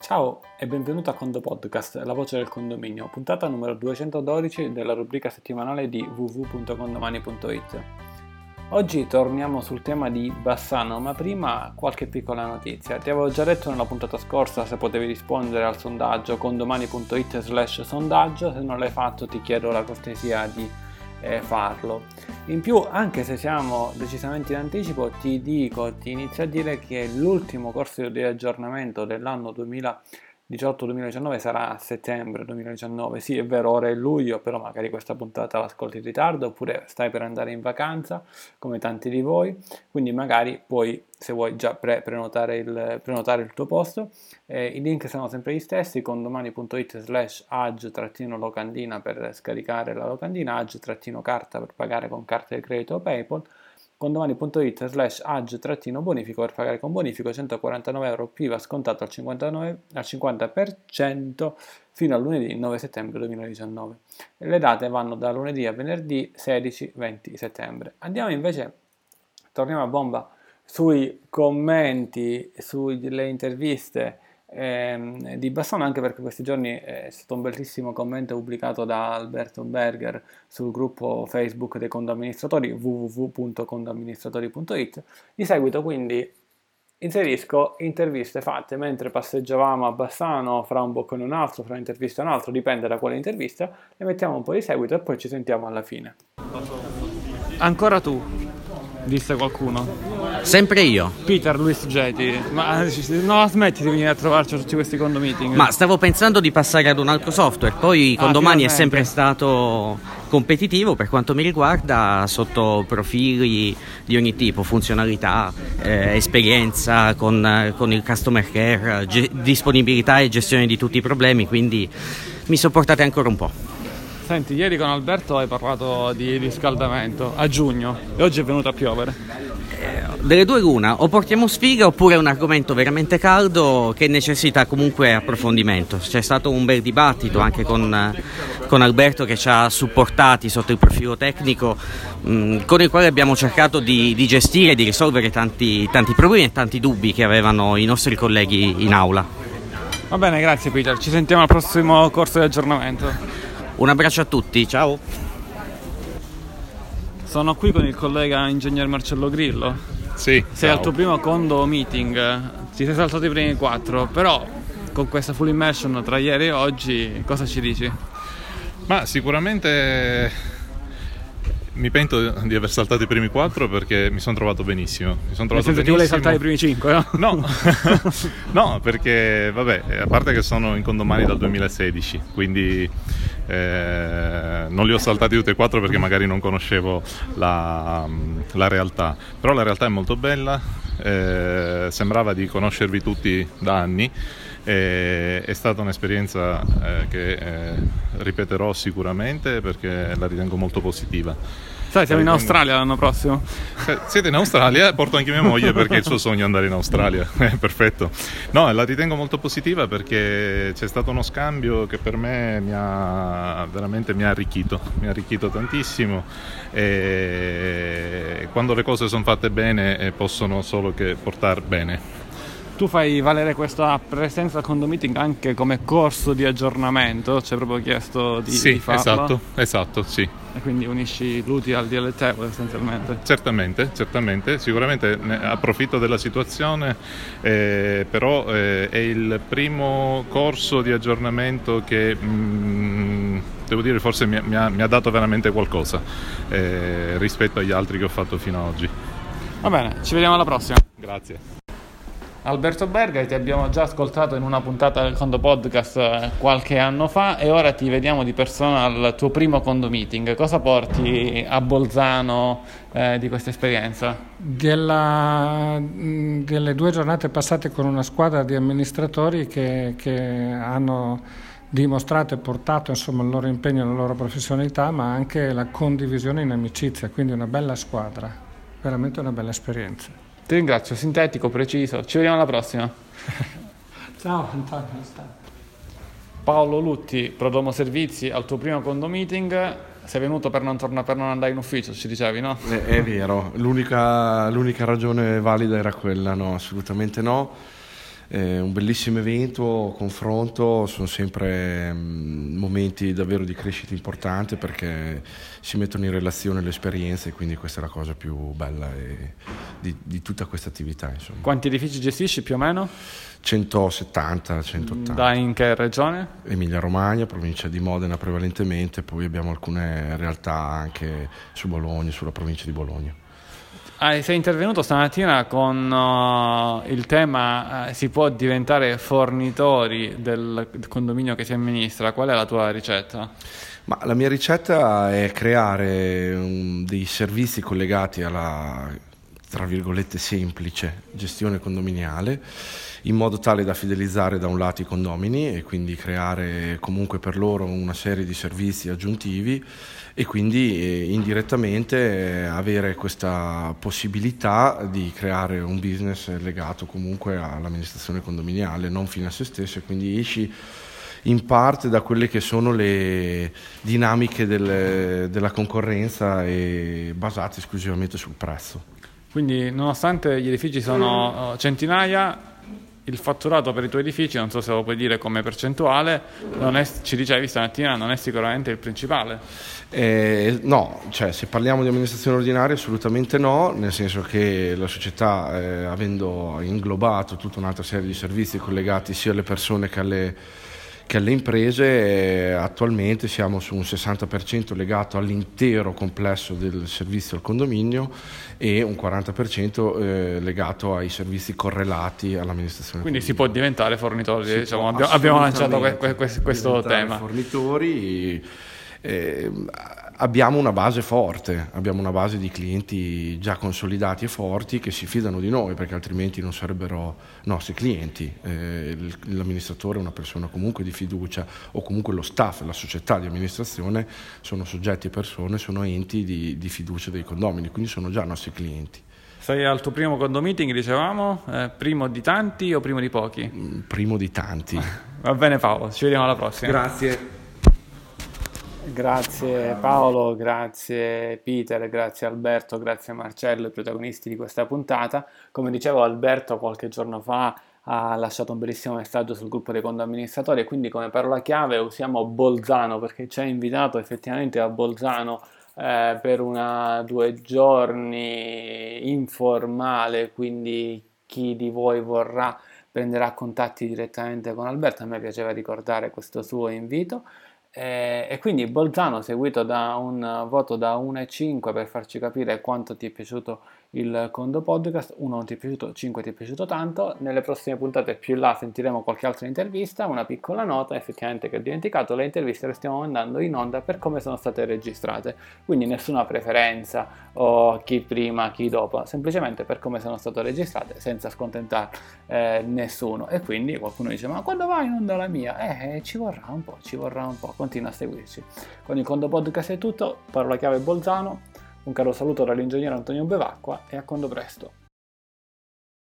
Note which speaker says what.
Speaker 1: Ciao e benvenuto a Condo Podcast, la voce del condominio, puntata numero 212 della rubrica settimanale di www.condomani.it. Oggi torniamo sul tema di Bassano, ma prima qualche piccola notizia. Ti avevo già detto nella puntata scorsa se potevi rispondere al sondaggio condomani.it/sondaggio, se non l'hai fatto ti chiedo la cortesia di farlo. In più, anche se siamo decisamente in anticipo, ti inizio a dire che l'ultimo corso di aggiornamento dell'anno 2018-2019 sarà a settembre 2019. Sì, è vero, ora è luglio, però magari questa puntata l'ascolti in ritardo, oppure stai per andare in vacanza, come tanti di voi, quindi magari puoi, se vuoi, già prenotare il tuo posto. I link sono sempre gli stessi: condomani.it/ag-locandina per scaricare la locandina, ag-carta per pagare con carta di credito o PayPal, condomani.it/ag-bonifico per pagare con bonifico, €149 PIVA scontato al 50% fino a lunedì 9 settembre 2019. Le date vanno da lunedì a venerdì 16-20 settembre. Torniamo a bomba sui commenti, sulle interviste di Bassano, anche perché questi giorni è stato un bellissimo commento pubblicato da Alberto Berger sul gruppo Facebook dei condoamministratori www.condoamministratori.it. Di seguito quindi inserisco interviste fatte mentre passeggiavamo a Bassano, fra un boccone e un altro, fra un'intervista e un altro, dipende da quale intervista, le mettiamo un po' di seguito e poi ci sentiamo alla fine. Ancora tu, disse qualcuno.
Speaker 2: Sempre io.
Speaker 1: Peter Luis Geti, ma no, smetti di venire a trovarci a tutti questi condomeeting.
Speaker 2: Ma stavo pensando di passare ad un altro software, poi Condomani è sempre stato competitivo per quanto mi riguarda sotto profili di ogni tipo, funzionalità, esperienza con il customer care, disponibilità e gestione di tutti i problemi, quindi mi sopportate ancora un po'.
Speaker 1: Senti, ieri con Alberto hai parlato di riscaldamento a giugno e oggi è venuto a piovere.
Speaker 2: Delle due l'una, o portiamo sfiga oppure è un argomento veramente caldo che necessita comunque approfondimento. C'è stato un bel dibattito anche con Alberto, che ci ha supportati sotto il profilo tecnico, con il quale abbiamo cercato di gestire e di risolvere tanti problemi e tanti dubbi che avevano i nostri colleghi in aula.
Speaker 1: Va bene, grazie Peter, ci sentiamo al prossimo corso di aggiornamento.
Speaker 2: Un abbraccio a tutti, ciao!
Speaker 1: Sono qui con il collega ingegner Marcello Grillo.
Speaker 3: Sì,
Speaker 1: sei al tuo primo condo meeting, ti sei saltato i primi 4, però con questa full immersion tra ieri e oggi cosa ci dici?
Speaker 3: Ma sicuramente mi pento di aver saltato i primi 4 perché mi sono trovato benissimo.
Speaker 1: Nel senso che ti volevi saltare i primi 5, no?
Speaker 3: No, no, perché vabbè, a parte che sono in Condomani dal 2016, quindi non li ho saltati tutti e 4 perché magari non conoscevo la realtà, però la realtà è molto bella, sembrava di conoscervi tutti da anni. È stata un'esperienza che ripeterò sicuramente perché la ritengo molto positiva.
Speaker 1: Sai, siamo in Australia l'anno prossimo.
Speaker 3: Siete in Australia? Porto anche mia moglie perché il suo sogno è andare in Australia. Perfetto. No, la ritengo molto positiva perché c'è stato uno scambio che per me mi ha arricchito tantissimo, e quando le cose sono fatte bene possono solo che portare bene.
Speaker 1: Tu fai valere questa presenza al condomeeting anche come corso di aggiornamento, ci hai proprio chiesto di farlo?
Speaker 3: Esatto, sì.
Speaker 1: E quindi unisci l'utile al dilettevole essenzialmente.
Speaker 3: Certamente, sicuramente ne approfitto della situazione, però è il primo corso di aggiornamento che devo dire forse mi ha dato veramente qualcosa rispetto agli altri che ho fatto fino ad oggi.
Speaker 1: Va bene, ci vediamo alla prossima.
Speaker 3: Grazie.
Speaker 1: Alberto Berger, ti abbiamo già ascoltato in una puntata del Condo Podcast qualche anno fa e ora ti vediamo di persona al tuo primo Condo Meeting. Cosa porti a Bolzano di questa esperienza?
Speaker 4: Delle 2 giornate passate con una squadra di amministratori che hanno dimostrato e portato insomma il loro impegno e la loro professionalità, ma anche la condivisione in amicizia, quindi una bella squadra, veramente una bella esperienza.
Speaker 1: Ti ringrazio, sintetico, preciso. Ci vediamo alla prossima.
Speaker 4: Ciao Antonio.
Speaker 1: Paolo Lutti, Prodomo Servizi, al tuo primo condo meeting. Sei venuto per non andare in ufficio, ci dicevi, no?
Speaker 5: È vero, l'unica ragione valida era quella, no, assolutamente no. un bellissimo evento, confronto, sono sempre momenti davvero di crescita importante perché si mettono in relazione le esperienze e quindi questa è la cosa più bella di tutta questa attività. Insomma.
Speaker 1: Quanti edifici gestisci più o meno?
Speaker 5: 170, 180.
Speaker 1: Da in che regione?
Speaker 5: Emilia Romagna, provincia di Modena prevalentemente, poi abbiamo alcune realtà anche su Bologna, sulla provincia di Bologna.
Speaker 1: Sei intervenuto stamattina con il tema si può diventare fornitori del condominio che si amministra. Qual è la tua ricetta?
Speaker 5: Ma la mia ricetta è creare dei servizi collegati alla, tra virgolette, semplice gestione condominiale, in modo tale da fidelizzare da un lato i condomini e quindi creare comunque per loro una serie di servizi aggiuntivi e quindi indirettamente avere questa possibilità di creare un business legato comunque all'amministrazione condominiale, non fine a se stesso, e quindi esci in parte da quelle che sono le dinamiche della concorrenza e basate esclusivamente sul prezzo.
Speaker 1: Quindi nonostante gli edifici sono centinaia, il fatturato per i tuoi edifici, non so se lo puoi dire come percentuale, ci dicevi stamattina, non è sicuramente il principale.
Speaker 5: No, cioè se parliamo di amministrazione ordinaria assolutamente no, nel senso che la società avendo inglobato tutta un'altra serie di servizi collegati sia alle persone che alle imprese, attualmente siamo su un 60% legato all'intero complesso del servizio al condominio e un 40% legato ai servizi correlati all'amministrazione.
Speaker 1: Quindi si può diventare fornitori, diciamo, abbiamo lanciato questo tema.
Speaker 5: Fornitori. Abbiamo una base forte, abbiamo una base di clienti già consolidati e forti che si fidano di noi perché altrimenti non sarebbero nostri clienti. L'amministratore è una persona comunque di fiducia o comunque lo staff, la società di amministrazione sono soggetti e persone, sono enti di fiducia dei condomini, quindi sono già nostri clienti.
Speaker 1: Sei al tuo primo condomeeting, dicevamo, primo di tanti o primo di pochi?
Speaker 5: Primo di tanti.
Speaker 1: Va bene Paolo, ci vediamo alla prossima.
Speaker 5: Grazie.
Speaker 1: Grazie Paolo, grazie Peter, grazie Alberto, grazie Marcello, i protagonisti di questa puntata. Come dicevo, Alberto qualche giorno fa ha lasciato un bellissimo messaggio sul gruppo dei condoamministratori e quindi come parola chiave usiamo Bolzano perché ci ha invitato effettivamente a Bolzano per 2 giorni informale, quindi chi di voi vorrà prenderà contatti direttamente con Alberto. A me piaceva ricordare questo suo invito. E quindi Bolzano seguito da un voto da 1,5 per farci capire quanto ti è piaciuto il Condo Podcast. 1 non ti è piaciuto, 5 ti è piaciuto tanto. Nelle prossime puntate più là sentiremo qualche altra intervista, una piccola nota effettivamente che ho dimenticato: le interviste le stiamo mandando in onda per come sono state registrate, quindi nessuna preferenza o chi prima chi dopo, semplicemente per come sono state registrate, senza scontentare nessuno. E quindi qualcuno dice: ma quando vai in onda la mia? Ci vorrà un po', continua a seguirci. Con il Condo Podcast è tutto, parola chiave Bolzano, un caro saluto dall'ingegnere Antonio Bevacqua e a Condo presto.